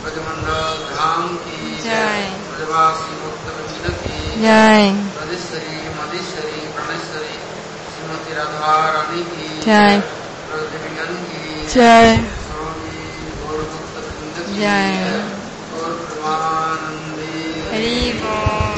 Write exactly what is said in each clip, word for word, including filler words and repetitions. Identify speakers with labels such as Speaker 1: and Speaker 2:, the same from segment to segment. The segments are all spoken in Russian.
Speaker 1: जय जय जय जय जय हरि बोल।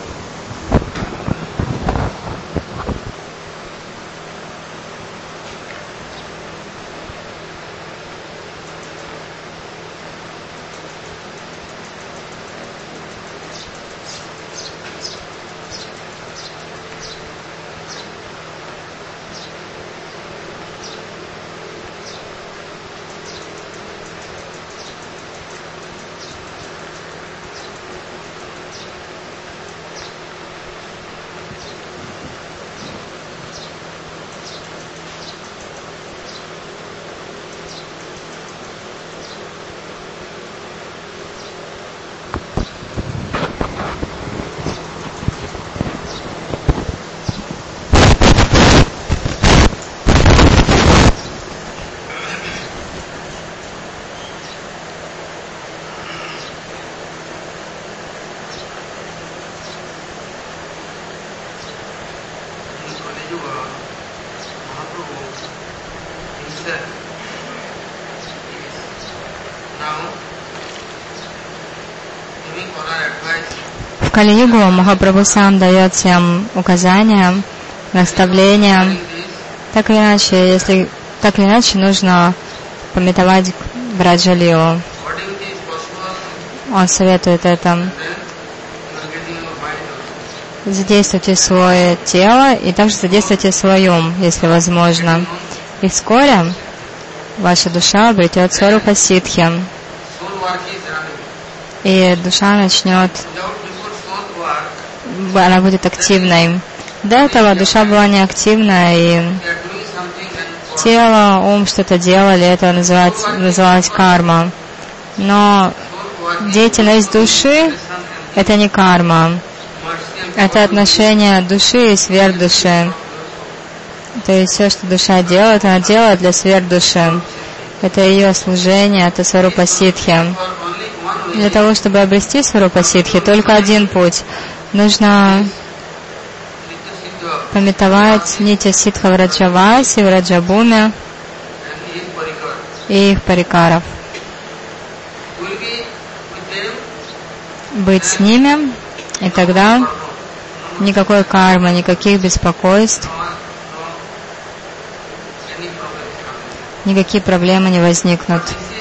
Speaker 1: В Кали-югу Махапрабху сам дает всем указания, наставления. Так или иначе, если так или иначе нужно памятовать Браджа-лилу. Он советует это. Задействуйте свое тело и также задействуйте свой ум, если возможно. И вскоре ваша душа обретет сварупа ситхи. И душа начнет, она будет активной. До этого душа была неактивна, и тело, ум что-то делали, это называлось, называлось карма. Но деятельность души — это не карма. Это отношение души и сверхдуши. То есть все, что душа делает, она делает для сверхдуши. Это ее служение, это сварупа ситхи. Для того, чтобы обрести сварупа ситхи, только один путь. Нужно памятовать нитья ситха Враджаваси, Враджабуме и их парикаров. Быть с ними, и тогда никакой кармы, никаких беспокойств, никакие проблемы не возникнут.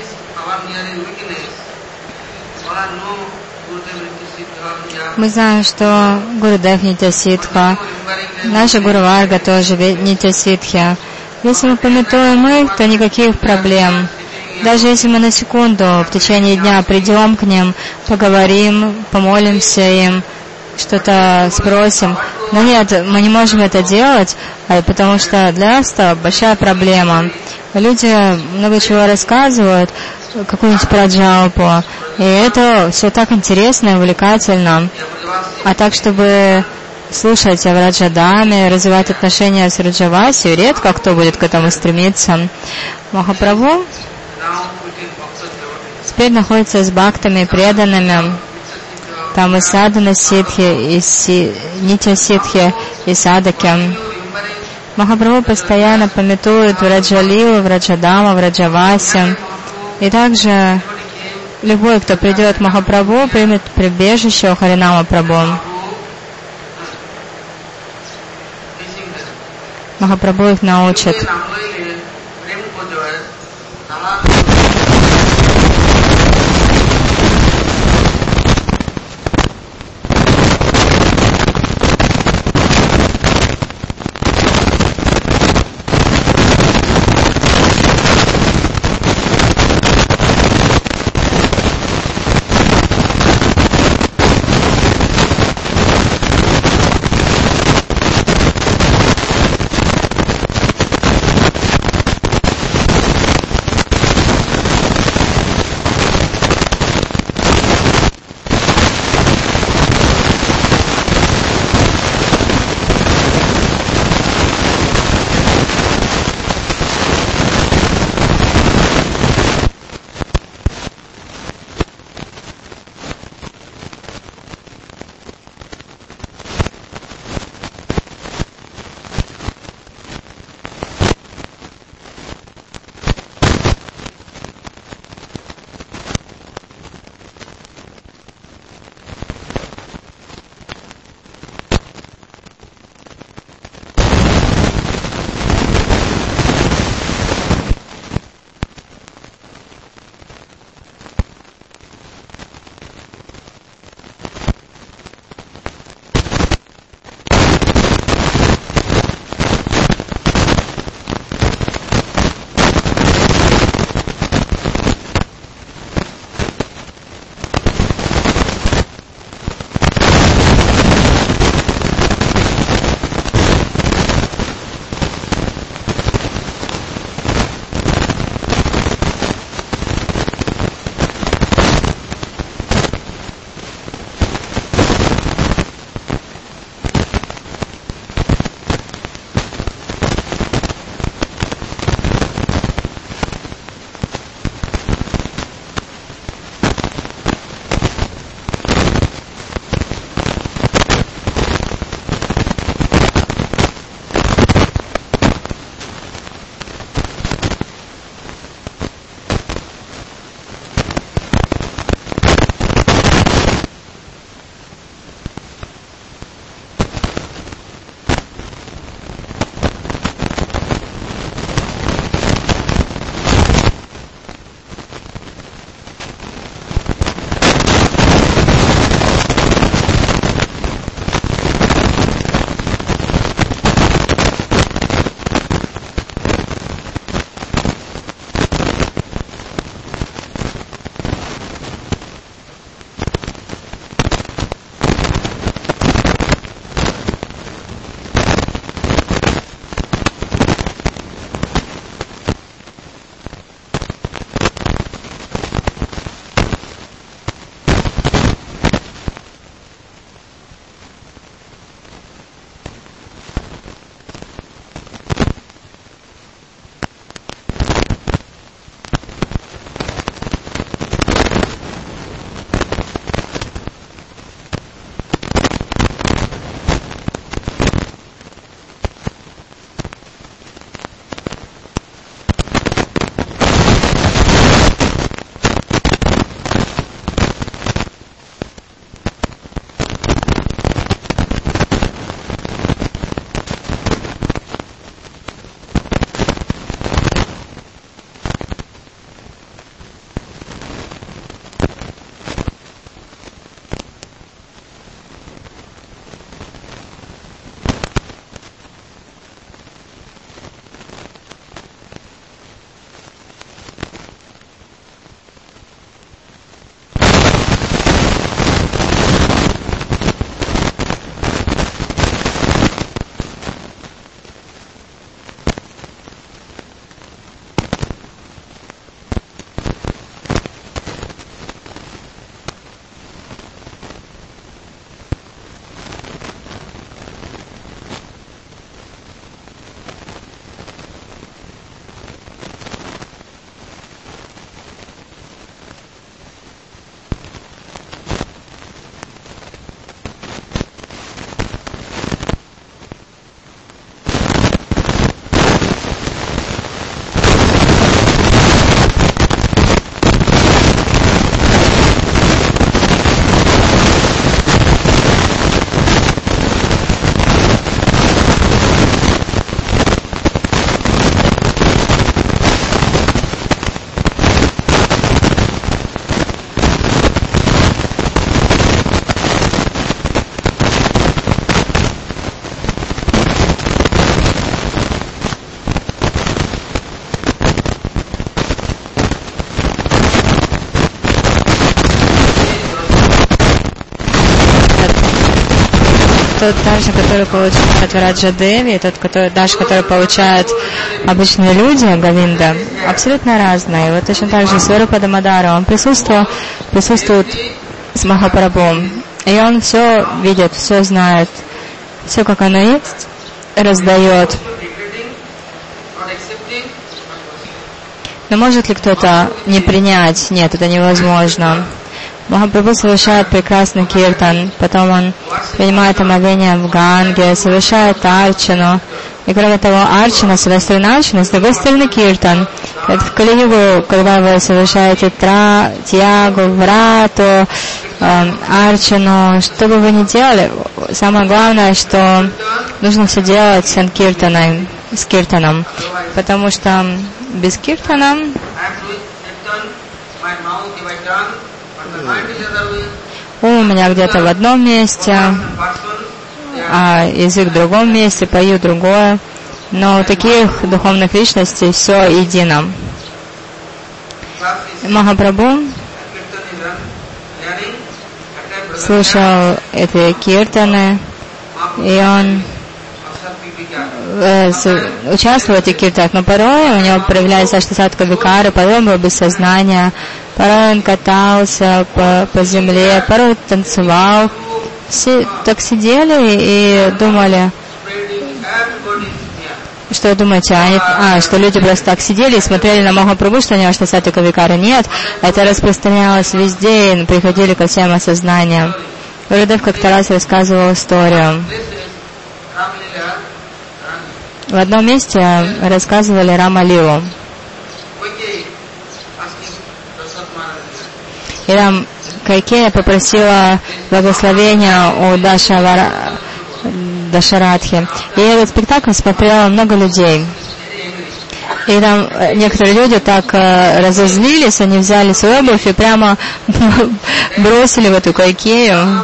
Speaker 1: Мы знаем, что Гурудев Нитья Ситха, наша Гуру Варга тоже Нитья Ситхи. Если мы памятуем их, то никаких проблем. Даже если мы на секунду в течение дня придем к ним, поговорим, помолимся им, что-то спросим. Но нет, мы не можем это делать, потому что для нас это большая проблема. Люди много чего рассказывают, какую-нибудь про Джалпу, и это все так интересно и увлекательно. А так, чтобы слушать о Враджадаме, развивать отношения с Враджаваси, редко кто будет к этому стремиться. Махапрабху теперь находится с бхактами преданными. Там и садхана ситхи, и си, нитья ситхи, и садаки. Махапрабху постоянно памятует Враджалилу, Враджадама, Враджаваси. И также любой, кто придет к Махапрабху, примет прибежище у Харинама Прабху. Махапрабху их научит. тот даршан, который получает Враджа-деви, и тот, который, даршан, который получают обычные люди, Говинда, абсолютно разные. Вот точно так же Сварупа Дамодара, он присутствовал, присутствует с Махапрабху, и он все видит, все знает, все как оно есть, раздает. Но может ли кто-то не принять? Нет, это невозможно. Махапрабху совершает прекрасный киртан, потом он принимает омовение в Ганге, совершает арчану. И кроме того, арчана, с одной стороны арчана, с другой стороны киртан. Это в Кали-югу, когда вы совершаете тра, тьягу, врату, э, арчану, что бы вы ни делали, самое главное, что нужно все делать с киртаном, с киртаном, потому что без киртана ум у меня где-то в одном месте, а язык в другом месте, пою другое. Но у таких духовных личностей все едино. Махапрабху слушал эти киртаны, и он э, участвовал в этих киртанах, но порой у него проявляется штасатка викара, порой он был без сознания, порой он катался по, по земле, порой танцевал. Все так сидели и думали, что думаете, они, а, что люди просто так сидели и смотрели на Махапрабху, что у него штасатка викара. Нет, это распространялось везде, и приходили ко всем осознаниям. Гурудев как-то раз рассказывал историю. В одном месте рассказывали Рама-лилу. И там Кайкея попросила благословения у Дашавара, Дашарадхи. И этот спектакль смотрело много людей. И там некоторые люди так э, разозлились, они взяли свою обувь и прямо бросили в эту Кайкею.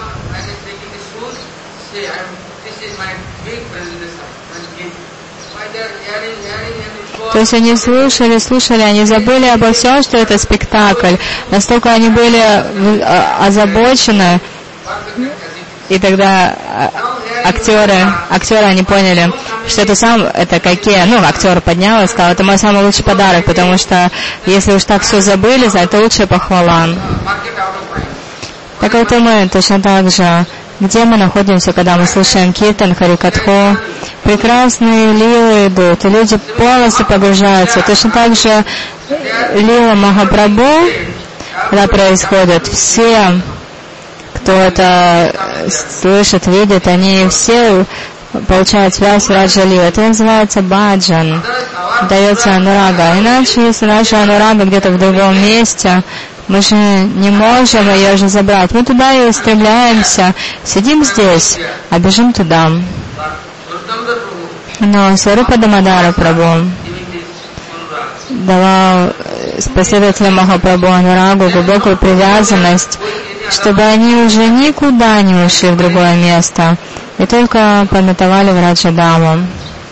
Speaker 1: То есть они слушали, слушали, они забыли обо всем, что это спектакль. Настолько они были озабочены. И тогда актеры, актеры они поняли, что это сам, это какие, ну, актер поднял и сказал, это мой самый лучший подарок, потому что если уж так все забыли, это лучшая похвала. Так вот и мы точно так же. Где мы находимся, когда мы слушаем киртан, харикатху? Прекрасные лилы идут, и люди полностью погружаются. Точно так же лила Махапрабху, когда происходит, все, кто это слышит, видит, они все получают связь с Раджа-лилой. Это называется баджан, дается анурага. Иначе, если наша анурага где-то в другом месте, мы же не можем ее же забрать. Мы туда и устремляемся. Сидим здесь, а бежим туда. Но Сварупа Дамодара Прабху давал последователям Махапрабху анурагу, глубокую привязанность, чтобы они уже никуда не ушли в другое место и только пометовали в Раджадаму.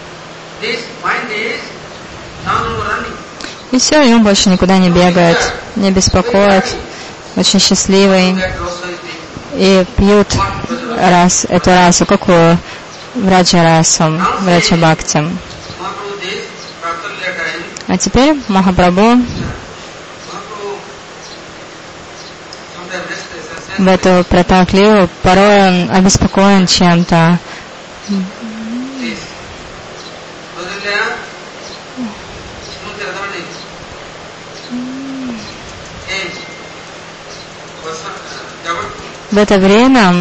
Speaker 1: И все, и он больше никуда не бегает, не беспокоит, очень счастливый. И пьют рас, эту расу, какую? Враджа-расу, Враджа-бхакти. А теперь Махапрабху в эту пратак-лилу порой он обеспокоен чем-то. В это время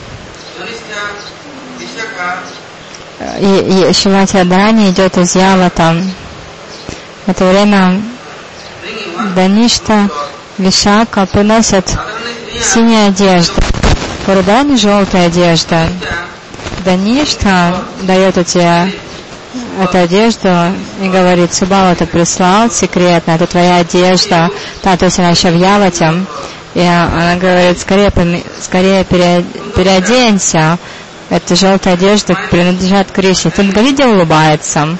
Speaker 1: Шримати Радхарани идет из Явата. В это время Даништа, Вишака приносят синюю одежду, Радхарани желтая одежда. Даништа дает эти, эту одежду и говорит, Субала-то прислал секретно, это твоя одежда. Да, то есть она еще в Явате. И она говорит, скорее, скорее переоденься. Эта желтая одежда принадлежит Кришне. Тангалиди улыбается.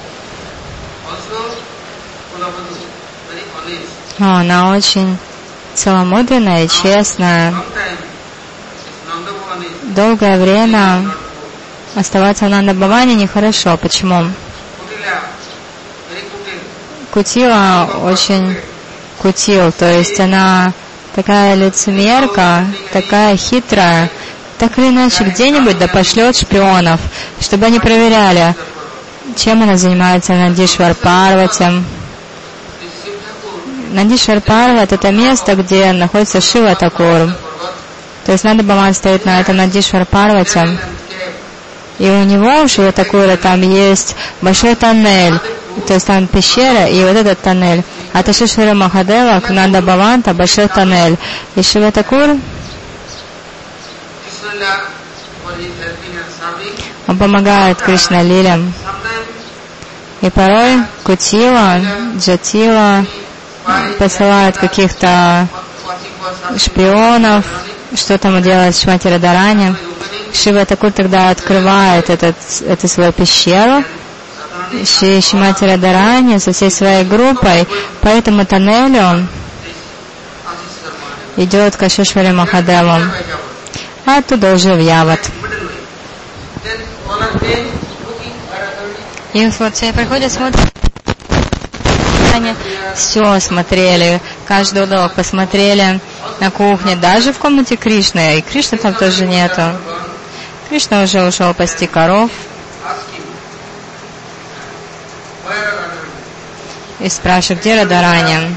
Speaker 1: О, она очень целомудренная и честная. Долгое время оставаться в Нанда-бхаване нехорошо. Почему? Кутила очень кутил, то есть она такая лицемерка, такая хитрая, так или иначе где-нибудь да пошлет шпионов, чтобы они проверяли, чем она занимается Нандишвар Парвати. Нандишвар Парвати — это место, где находится Шива Такур. То есть Нанда-бхаван стоит на этом Нандишвар Парвати, и у него, у Шива Такура, там есть большой тоннель, то есть там пещера и вот этот тоннель. От Шишвара Махадева к Нанда-бхаван там большой тоннель. И Шива Такур, он помогает Кришна Лилям. И порой Кутила, Джатила посылают каких-то шпионов, что там делает Шримати Радхарани. Шива Такур тогда открывает этот, эту свою пещеру. Шри Шримати Радхарани со всей своей группой по этому тоннелю идет к Ашишваре Махадеву, а оттуда уже в Яват. И вот все приходят, смотрят, они все смотрели, каждый уголок посмотрели, на кухне, даже в комнате Кришны, и Кришны там тоже нету. Кришна уже ушел пасти коров. И спрашивает, где Радхарани?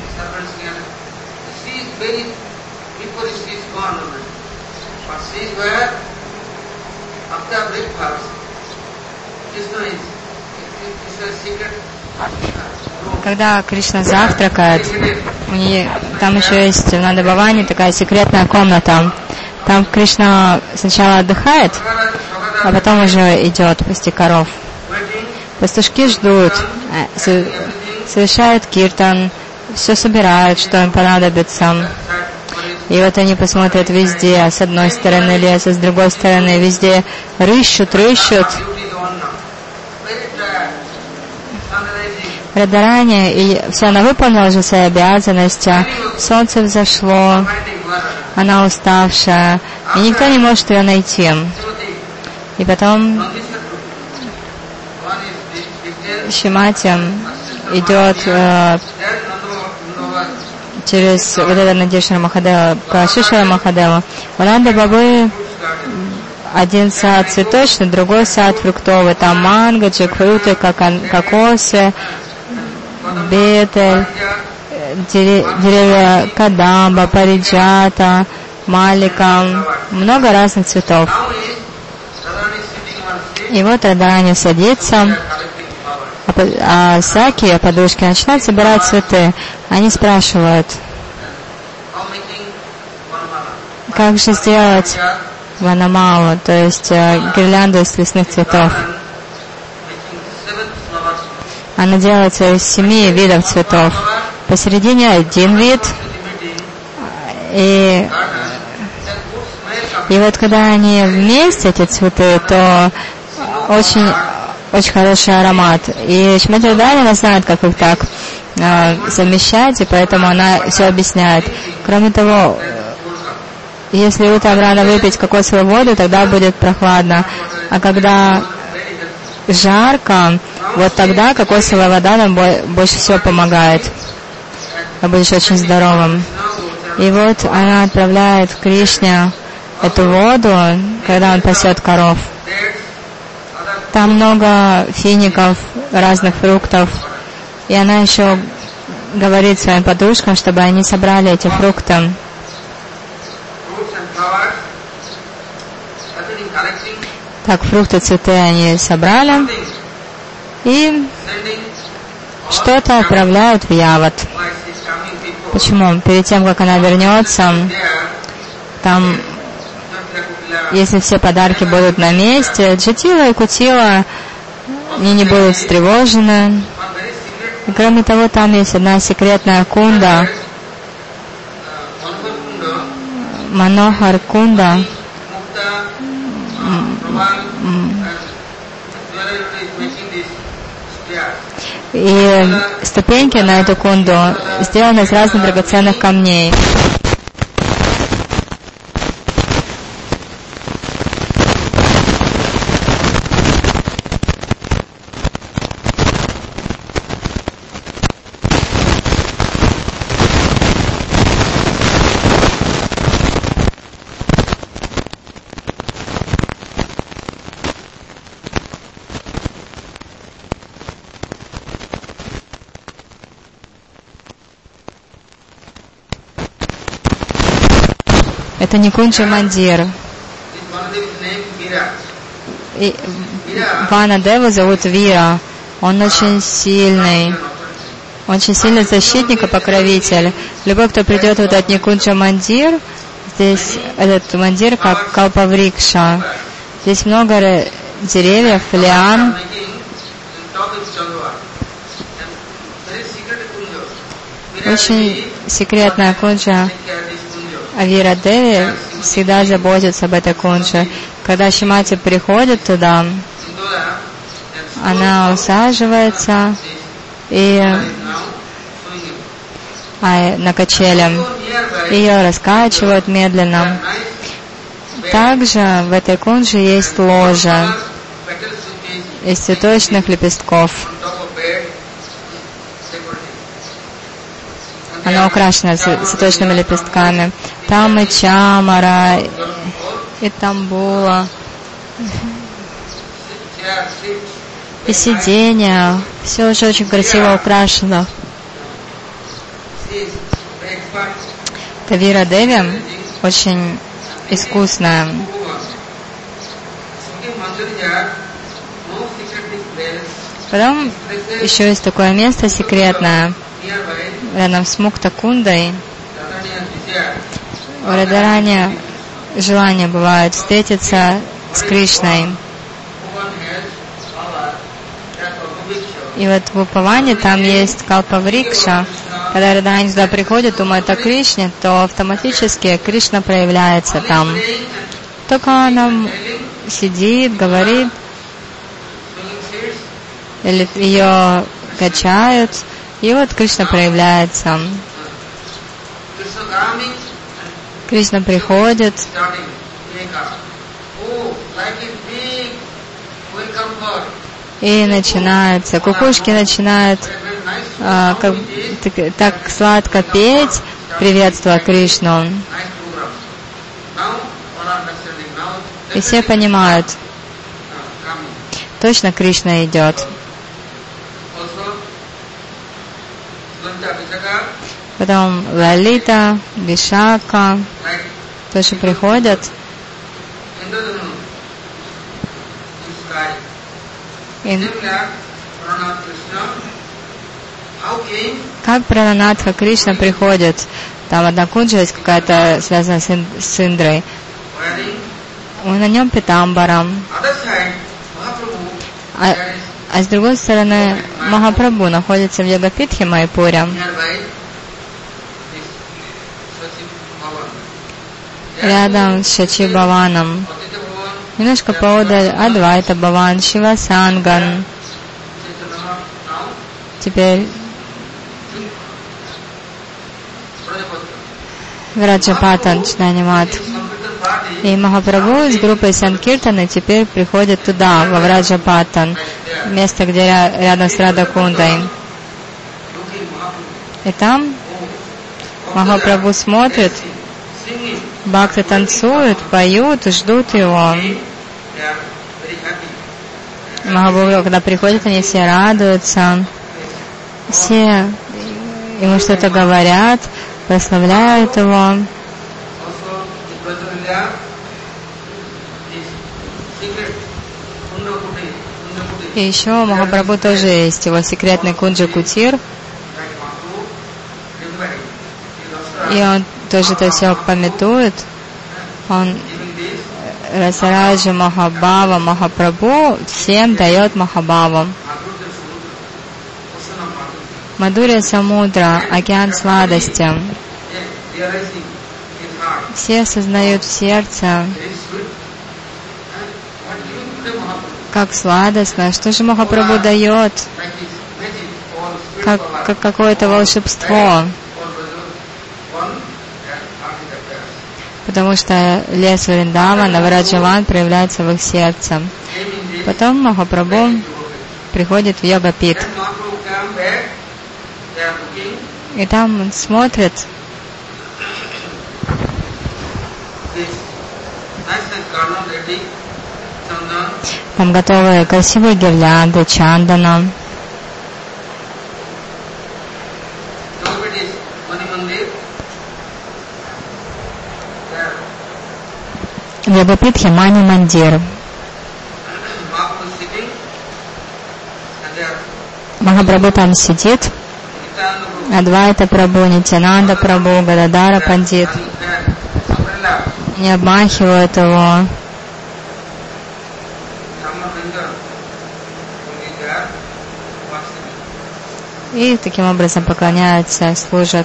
Speaker 1: Когда Кришна завтракает, у нее, там еще есть в Нанда-бхаване такая секретная комната. Там Кришна сначала отдыхает, а потом уже идет пасти коров. Пастушки ждут, совершают киртан, все собирают, что им понадобится. И вот они посмотрят везде, с одной стороны леса, с другой стороны, везде рыщут, рыщут. Радхарани, и все, она выполнила уже свои обязанности, солнце взошло, она уставшая, и никто не может ее найти. И потом Шримати идет э, через вот это Нандишвара Махадева к Шишвара Махадеву. У Нанда-бабы один сад цветочный, другой сад фруктовый. Там манго, джекфруты, кокосы, бетель, деревья кадамба, париджата, малика, много разных цветов. И вот Радхарани садится, а, а Саки, подружки, начинают собирать цветы. Они спрашивают, как же сделать ванамалу, то есть э, гирлянду из лесных цветов. Она делается из семи видов цветов. Посередине один вид. И, и вот когда они вместе, эти цветы, то очень, очень хороший аромат. И Шримати Радхарани, она знает, как их так э, совмещать, и поэтому она все объясняет. Кроме того, если утром рано выпить кокосовую воду, тогда будет прохладно. А когда жарко, вот тогда кокосовая вода нам больше всего помогает. Ты будешь очень здоровым. И вот она отправляет Кришне эту воду, когда он пасет коров. Там много фиников, разных фруктов. И она еще говорит своим подружкам, чтобы они собрали эти фрукты. Так, фрукты, цветы они собрали и что-то отправляют в Яват. Почему? Перед тем, как она вернется, там, если все подарки будут на месте, Джатила и Кутила, они не будут встревожены. И кроме того, там есть одна секретная кунда, Манохар Кунда. И ступеньки на эту кунду сделаны из разных драгоценных камней. Это Никунджа Мандир. И Ванадеву зовут Вира. Он очень сильный. Очень сильный защитник и покровитель. Любой, кто придет в этот Никунджа Мандир, здесь этот мандир как Калпаврикша. Здесь много деревьев, лиан. Очень секретная кунджа. А Вира Деви всегда заботится об этой кунже. Когда Шримати приходит туда, она усаживается и а, на качеле. Ее раскачивают медленно. Также в этой кунже есть ложа из цветочных лепестков. Она украшена цветочными лепестками. Там и чамара, и тамбула, и сиденья. Все уже очень красиво украшено. Вира Деви очень искусная. Потом еще есть такое место секретное, рядом с Мукта-кундой. У Радарани желание бывает встретиться с Кришной. И вот в Упаване там есть Калпаврикша. Когда Радарани сюда приходит, думает о Кришне, то автоматически Кришна проявляется там. Только она сидит, говорит, или ее качают, и вот Кришна проявляется. Кришна приходит, и начинается, кукушки начинают а, как, так, так сладко петь, приветствуя Кришну. И все понимают, точно Кришна идет. Потом Лалита, Вишака тоже приходят. И как Прананатха Кришна приходит? Там одна кунджа есть какая-то, связанная с Индрой. На нем питамбарам. А, а с другой стороны, Махапрабху находится в Йогапитхе Майпуре. Рядом с Шачи Бхаваном. Немножко поодаль Адвайта Бхаван, Шива Санган. Теперь Враджапатан Чнаймат. И Махапрабху с группой Санкиртаны теперь приходит туда, во Враджапатан, место, где рядом с Радакундой. И там Махапрабху смотрит, бхакты танцуют, поют, ждут его. Махапрабху, когда приходят, они все радуются, все ему что-то говорят, прославляют его. И еще у Махапрабху тоже есть его секретный кунджа Кутир. И он тоже это все памятует. Он Расараджа Махабхава Махапрабху всем дает Махабхаву. Мадурья Самудра, океан сладости. Все осознают в сердце, как сладостно, что же Махапрабху дает, как, как какое-то волшебство. Потому что лес Вриндавана, Враджаван проявляется в их сердце. Потом Махапрабху приходит в Йогапит. И там он смотрит. Там готовы красивые гирлянды, чандана. в Йогапитхе Мани Мандир. Махапрабху там сидит, Адвайта Прабху, Нитянанда Прабху, Гададара Пандит. Они обмахивают его. И таким образом поклоняются, служат.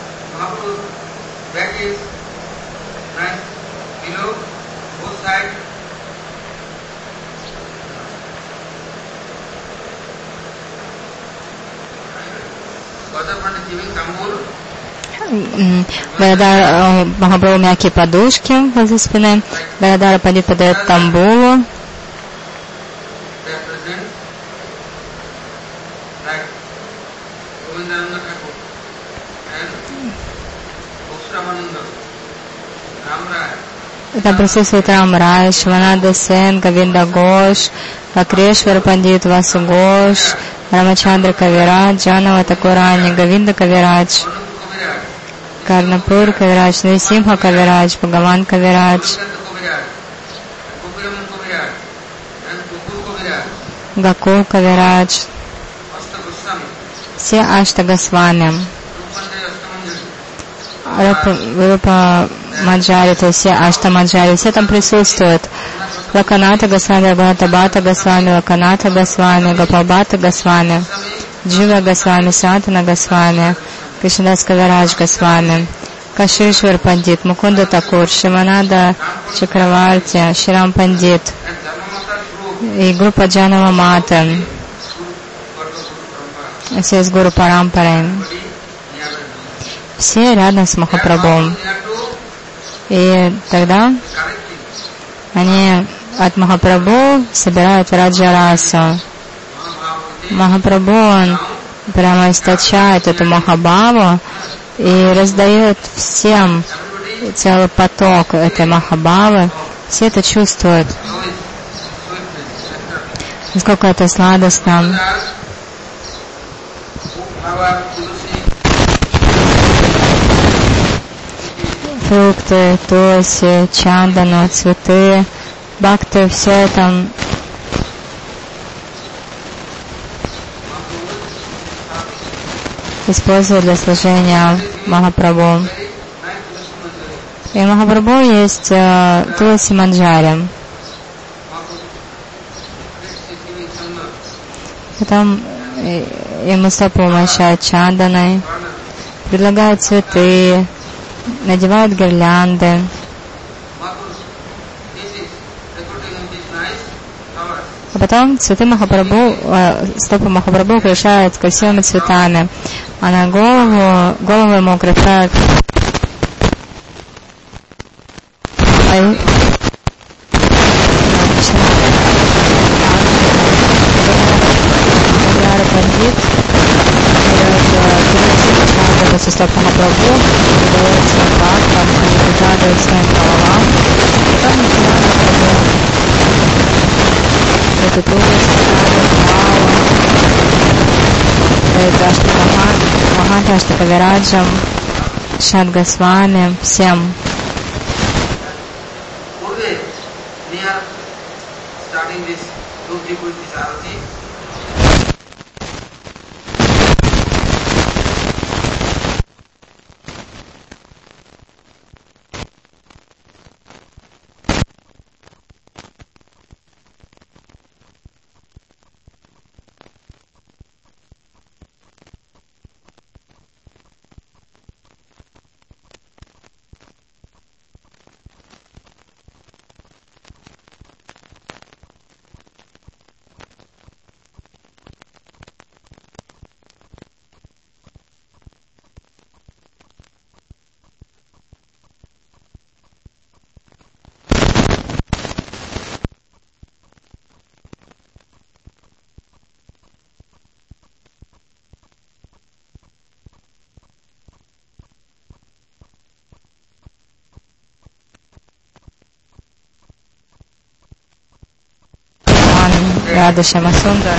Speaker 1: Гададар Махапрабху мягкие подушки возле спины. Гададара Пандит подает тамбулу. Там присутствует Рамрай, Шивананда Сен, Говинда Гош, Акрешвар Пандит, Васу Гош, Рамачандра Кавирадж, Джанава Такурани, Говинда Кавирадж, Карнапур Кавирадж, Нарисимха Кавирадж, Бхагаван Кавирадж, Гакул Кавирадж, все Аштагосвами, Рупа Маджари, то есть все Аштамаджари, все там присутствуют. Лаканата Госвами, Бхатабата Госвами, Лаканата Госвами, Гапалбата Госвами, Джива Госвами, Сантана Госвами, Кришнадас Кавирадж Госвами, Кашишвар Пандит, Мукунда Такур, Шиманада Чакраварти, Ширам Пандит и группа Джанава Мата, все из Гуру Парампары, все рядом с Махапрабху. И тогда они от Махапрабху собирают Раджарасу. Махапрабху, он прямо источает эту Махабхаву и раздает всем целый поток этой Махабхавы. Все это чувствуют, насколько это сладостно. Фрукты, туси, чандану, цветы, бхакты, все это используют для служения Махапрабху. И у Махапрабху есть э, Туласи Манджари. Потом ему стопу умощают чанданой, предлагают цветы, надевают гирлянды. А потом цветы Махапрабху, э, стопы Махапрабху украшают красивыми цветами, а на голову, голову ему украшают со стопы Махапрабху, выдается бхактам, они прикладывают своим головам, потом начинают это тулоси, это Аштамахан, Маханта Аштакавираджам, Шадгосвами, всем. Рада Шамасунда.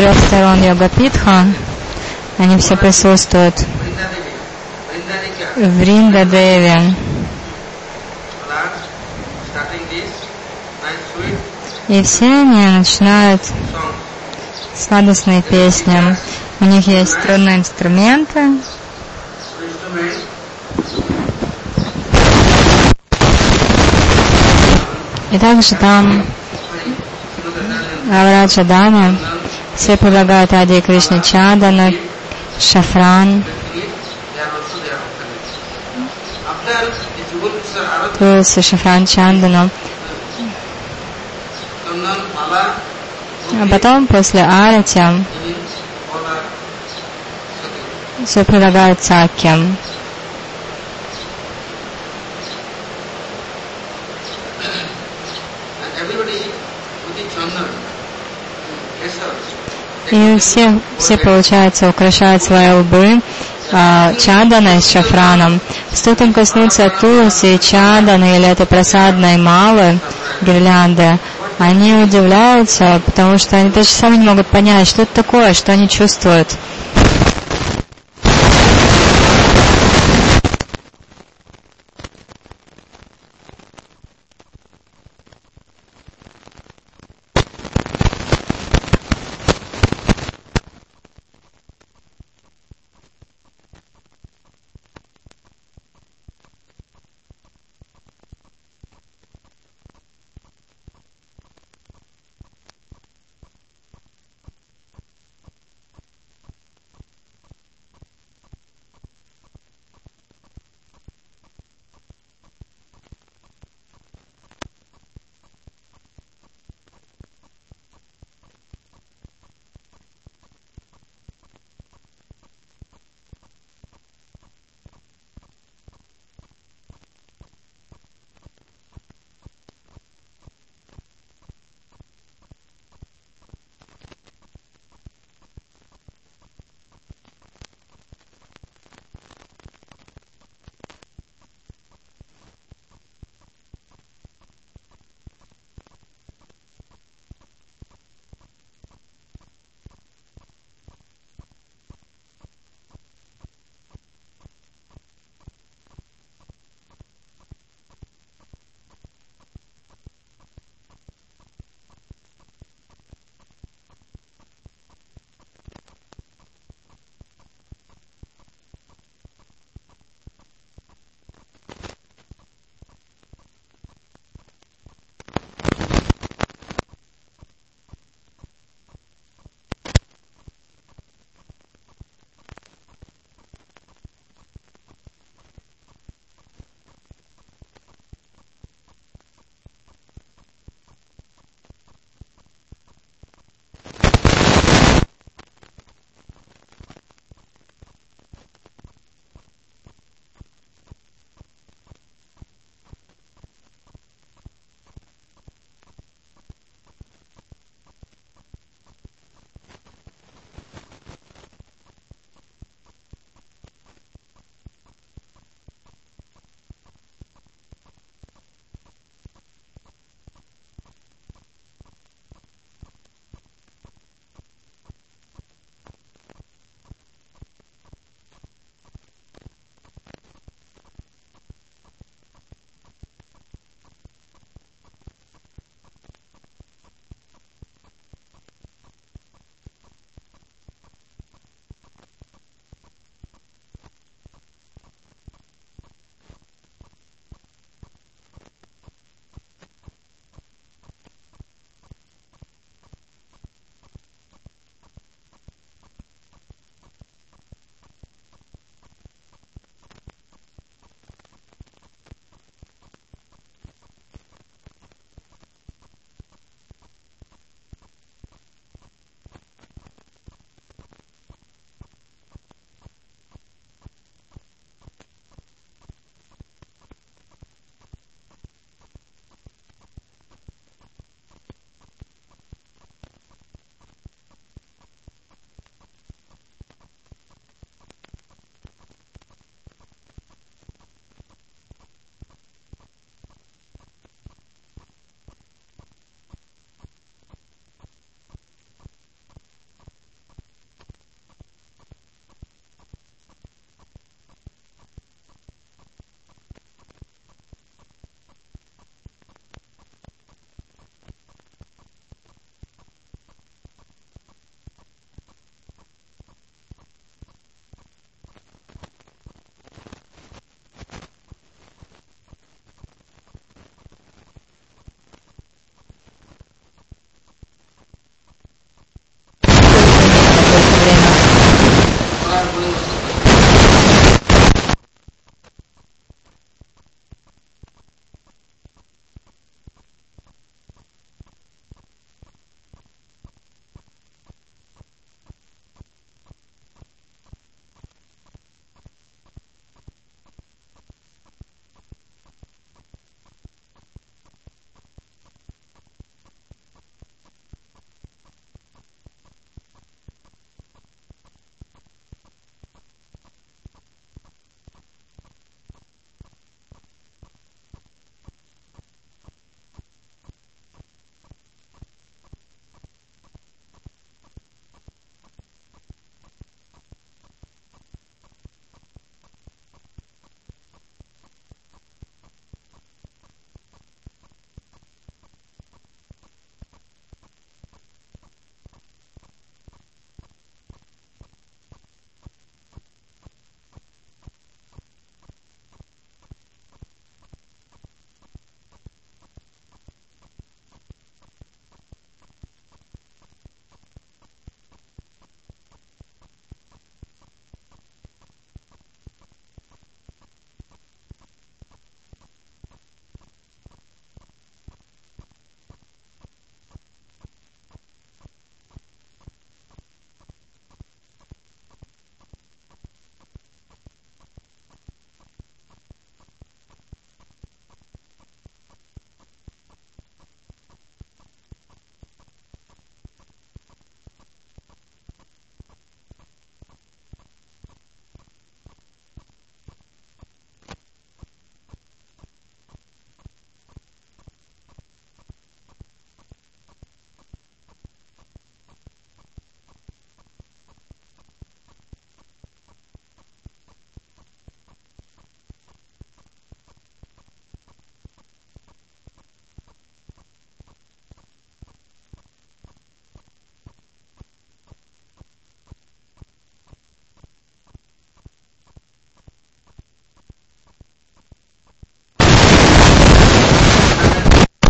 Speaker 1: четырех сторон Йога-питха, они все присутствуют в Вриндадеве. И все они начинают сладостные песни. У них есть струнные инструменты. И также там в Раджадане все предлагают Раде Кришне Чадану, шафран, тулси, шафран, чандану. А потом, после арати, все предлагают сакьям. И все, все, получается, украшают свои лбы а, чаданой с шафраном. Стоит им коснуться тулси, чаданы или этой просадной малы, гирлянды, они удивляются, потому что они даже сами не могут понять, что это такое, что они чувствуют.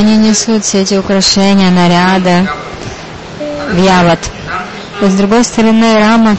Speaker 1: Они несут все эти украшения, наряды в яват. И с другой стороны, Рама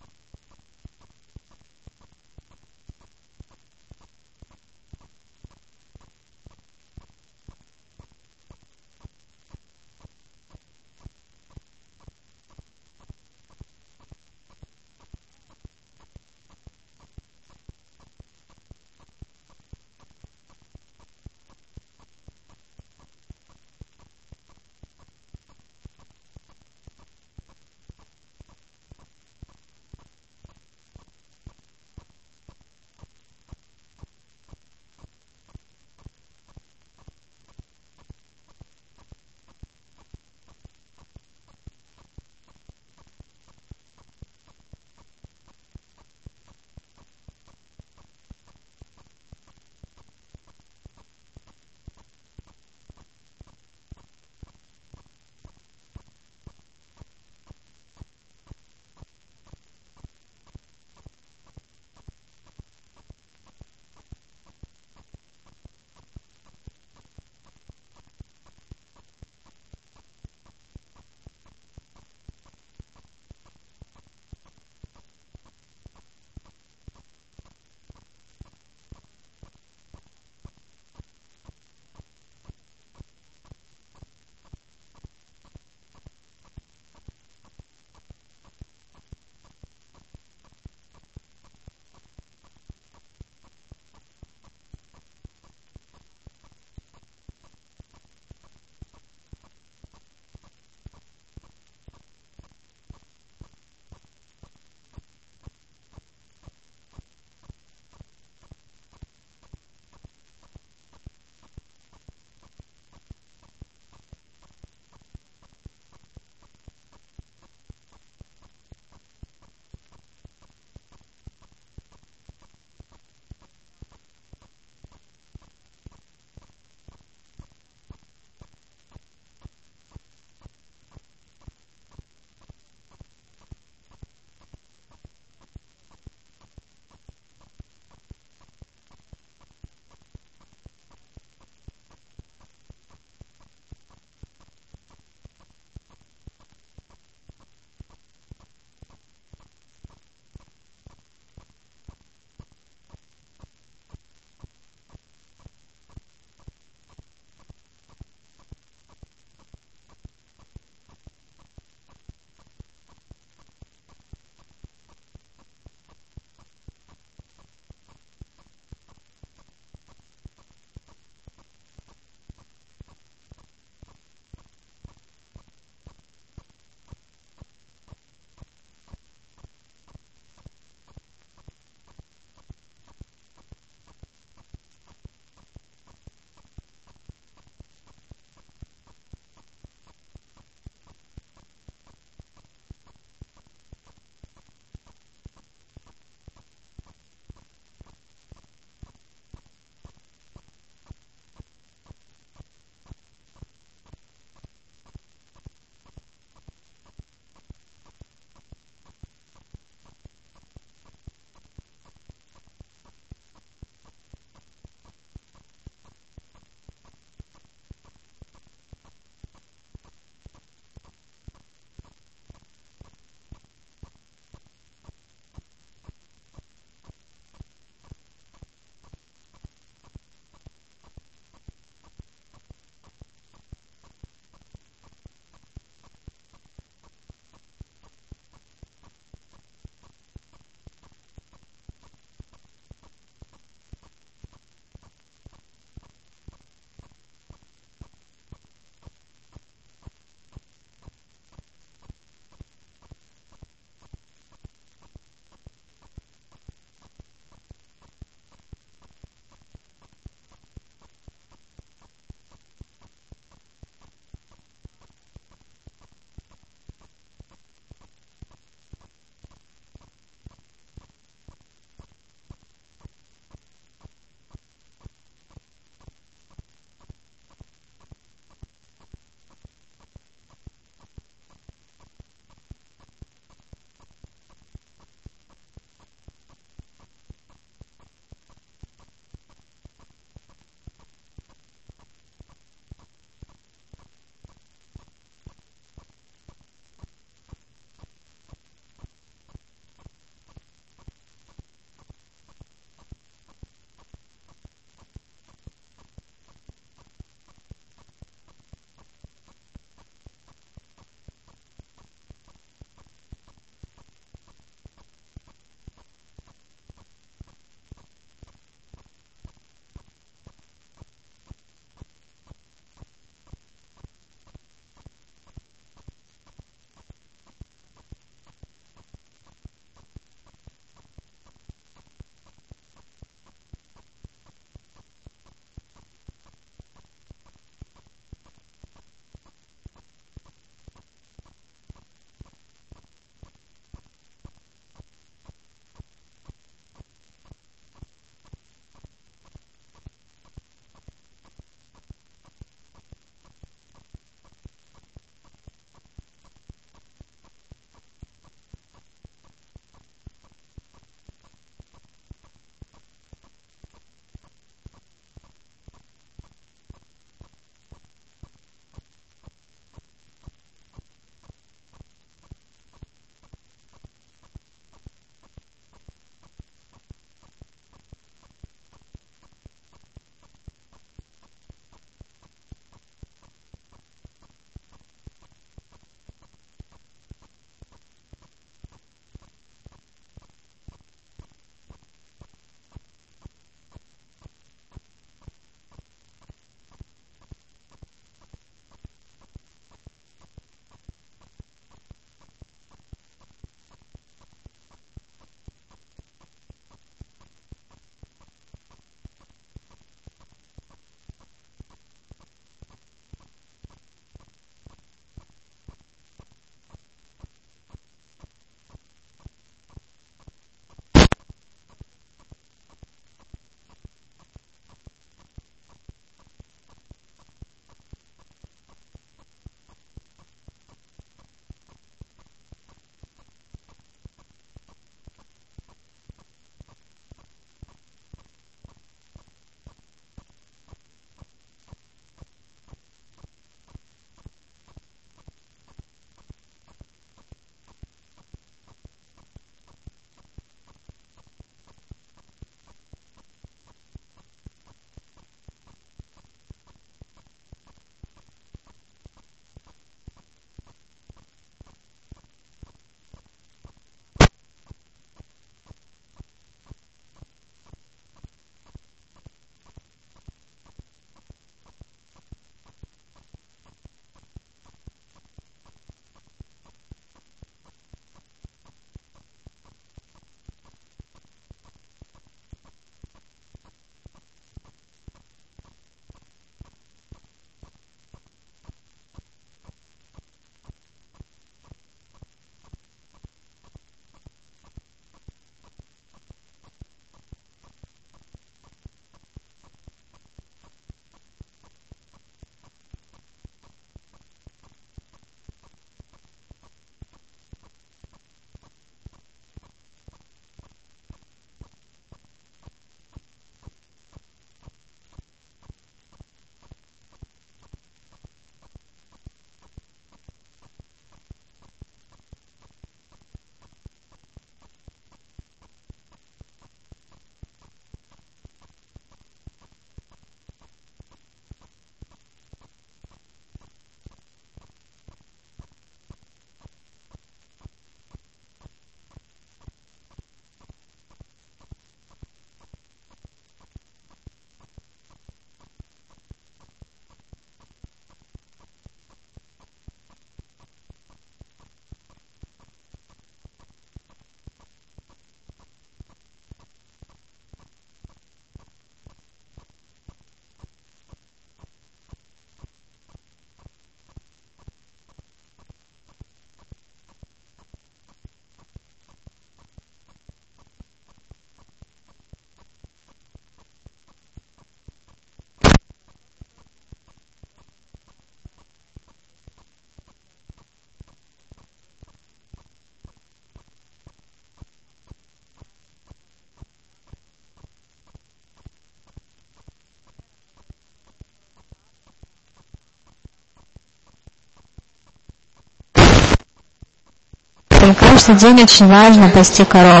Speaker 1: Поэтому каждый день очень важно пасти коров.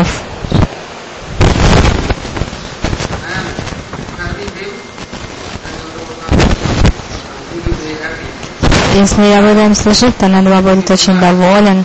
Speaker 1: Если я буду им служить, то Нанда будет очень доволен.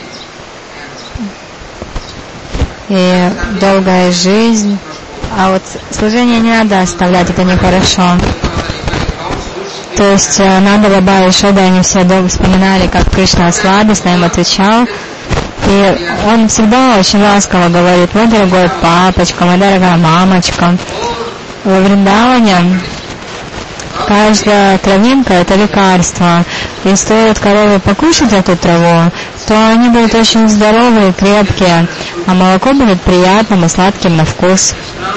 Speaker 1: И долгая жизнь. А вот служение не надо оставлять, это нехорошо. То есть Нанда, Баба и Шода, они все долго вспоминали, как Кришна сладостно им отвечал. И он всегда очень ласково говорит: мой дорогой папочка, моя дорогая мамочка. Во Вриндаване каждая травинка — это лекарство. И стоит корове покушать эту траву, то они будут очень здоровые и крепкие, а молоко будет приятным и сладким на вкус.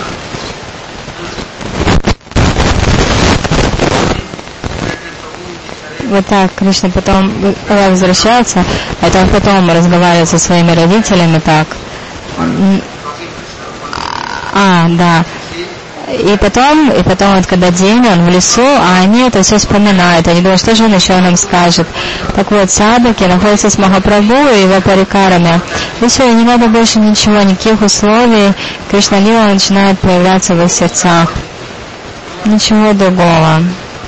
Speaker 1: Вот так Кришна потом, когда возвращается, это он потом разговаривает со своими родителями так. А, да. И потом, и потом вот когда день, он в лесу, а они это все вспоминают. Они думают, что же он еще нам скажет. Так вот, садаки находятся с Махапрабху и его парикарами. И все, и не надо больше ничего, никаких условий. Кришна Лила начинает проявляться в их сердцах. Ничего другого.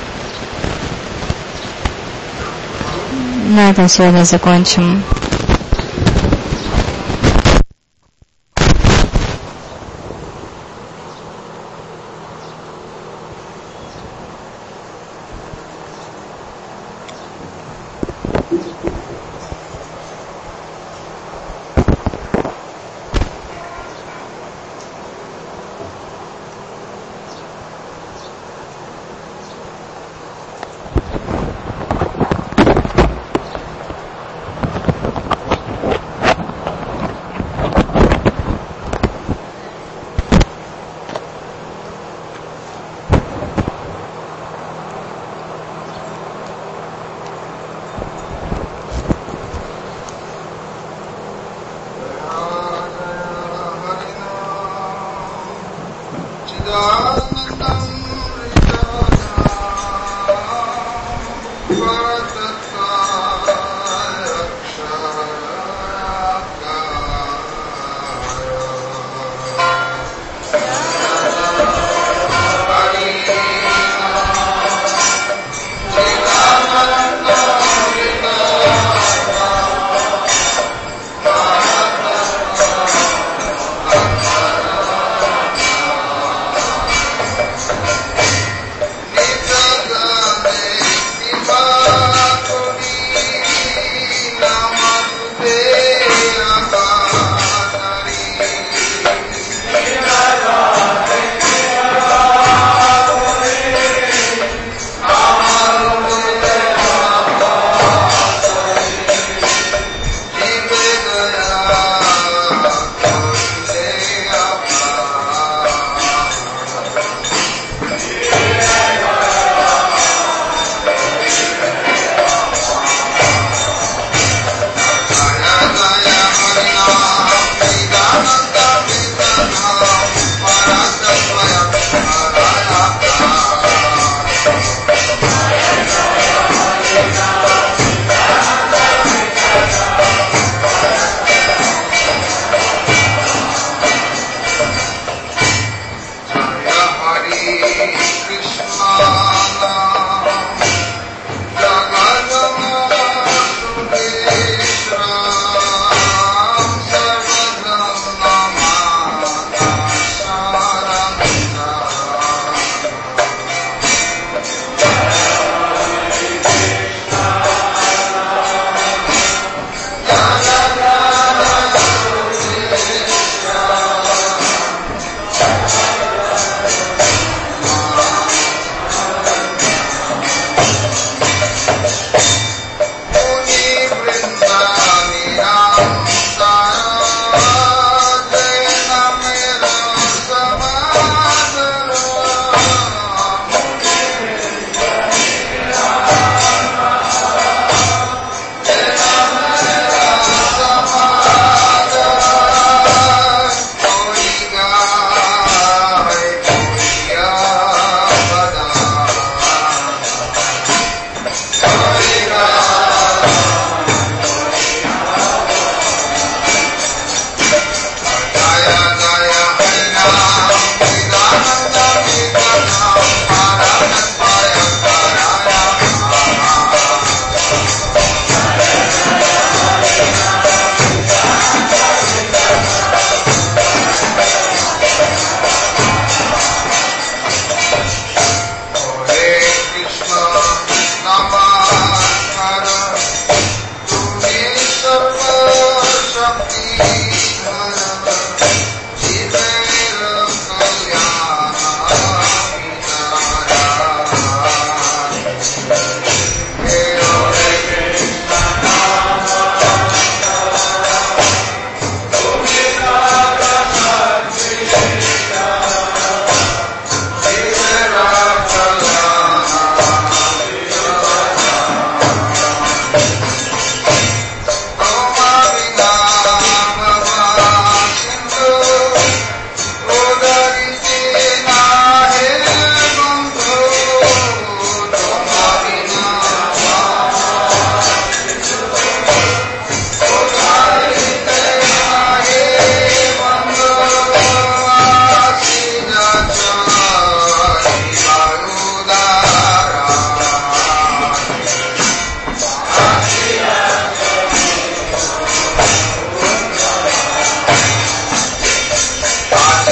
Speaker 1: На этом сегодня закончим.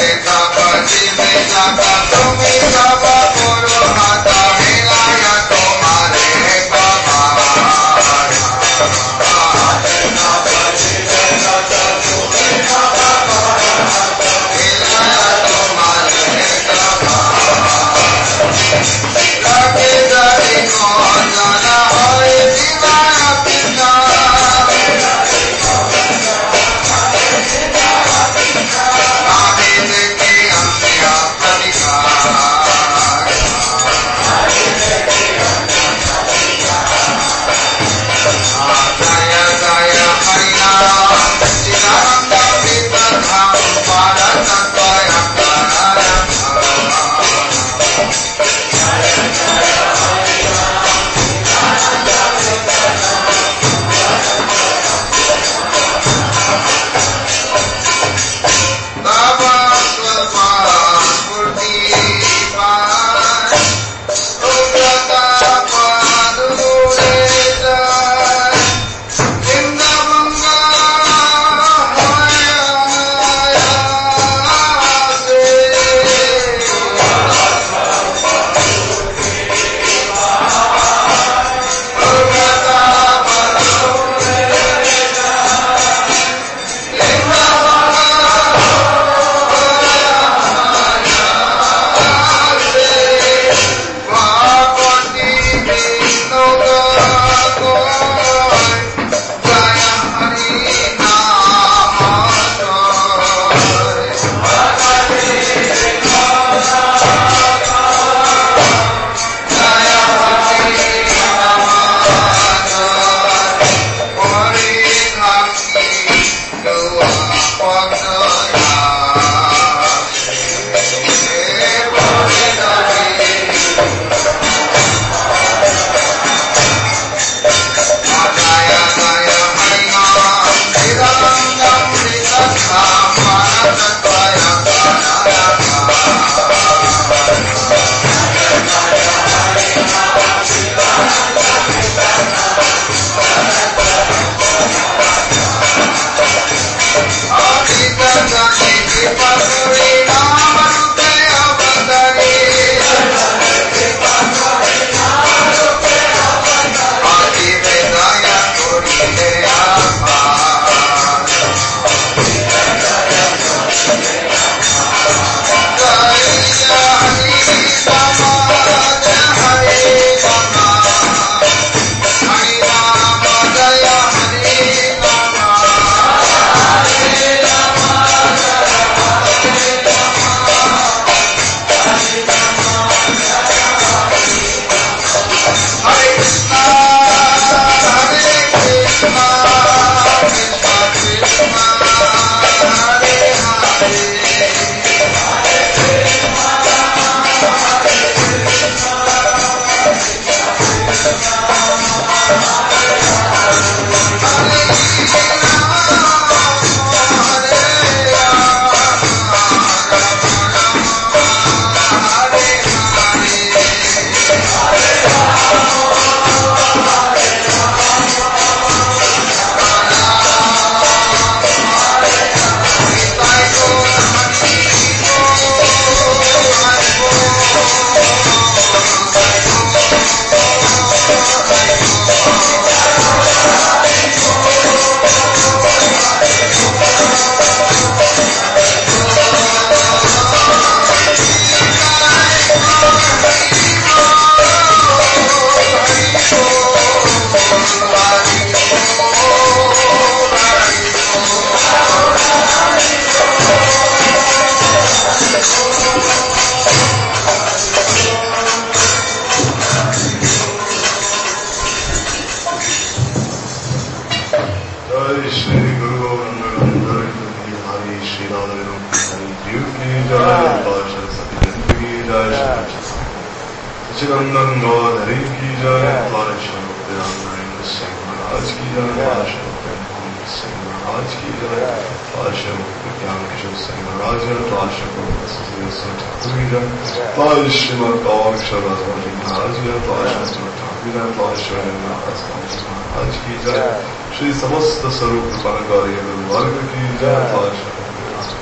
Speaker 2: श्री समस्त स्वरूप वर्ग की जय।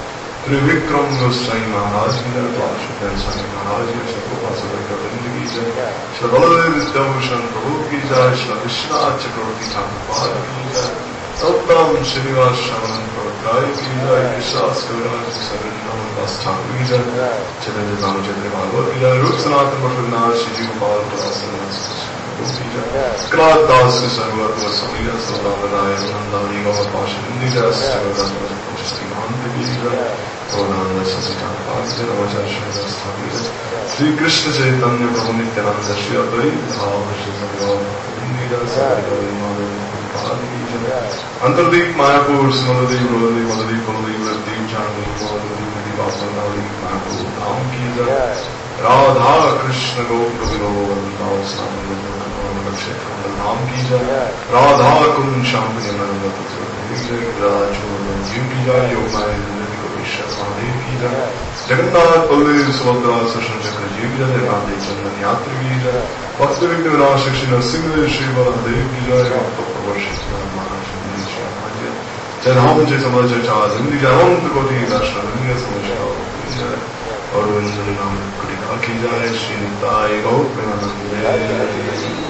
Speaker 2: त्रिविक्रम गोस्वामी महाराज की जय, पार्षद स्वामी महाराज की जय, गोपाल गोविंद की जय, श्री बलदेव विद्याभूषण प्रभु की जय, श्री विश्वनाथ चक्रवर्ती ठाकुर की जय, उत्तम श्रीनिवास श्रवण प्रवक्ताय की जय, विश्वास कविराज सविनम दास ठाकुर की जय, चैतन्य रामचंद्र भागवत की जय, रूप सनातन भट्टनाथ श्री गोपाल क्रांत दास के सर्वत्र समीर सदावदाय नंदानी गौर पाशनिंदी जय, श्रीकांत की जय, गौरांग सचिता पार्थ नवचार श्री कृष्ण चैतन्य प्रभु नित्यानंद श्री अद्वैत भाव श्री अंतरदीप मायापुर स्मरदेव रोदेव मलदेव कुलदेव रदेव जानवी गोविंद वासुदेव मायापुर धाम की जय, राधा कृष्ण गोप गोविंदाव क्षेत्र धाम की जय, राधा कुंज श्याम जीव की जय, योग महादेव की जय, जगन्नाथ बलदेव सुभद्रा सुषण चक्र जीव की जय, जगन्नाथ चंदन यात्री की जय, भक्त विघ्न विनाशक श्री नरसिंहदेव श्री बलदेव की जय, भक्त जय राम जय समझ जिंदगी अनंत कोटि दर्शन जय, और नाम की जय, श्री निताय गौर प्रेमानंद।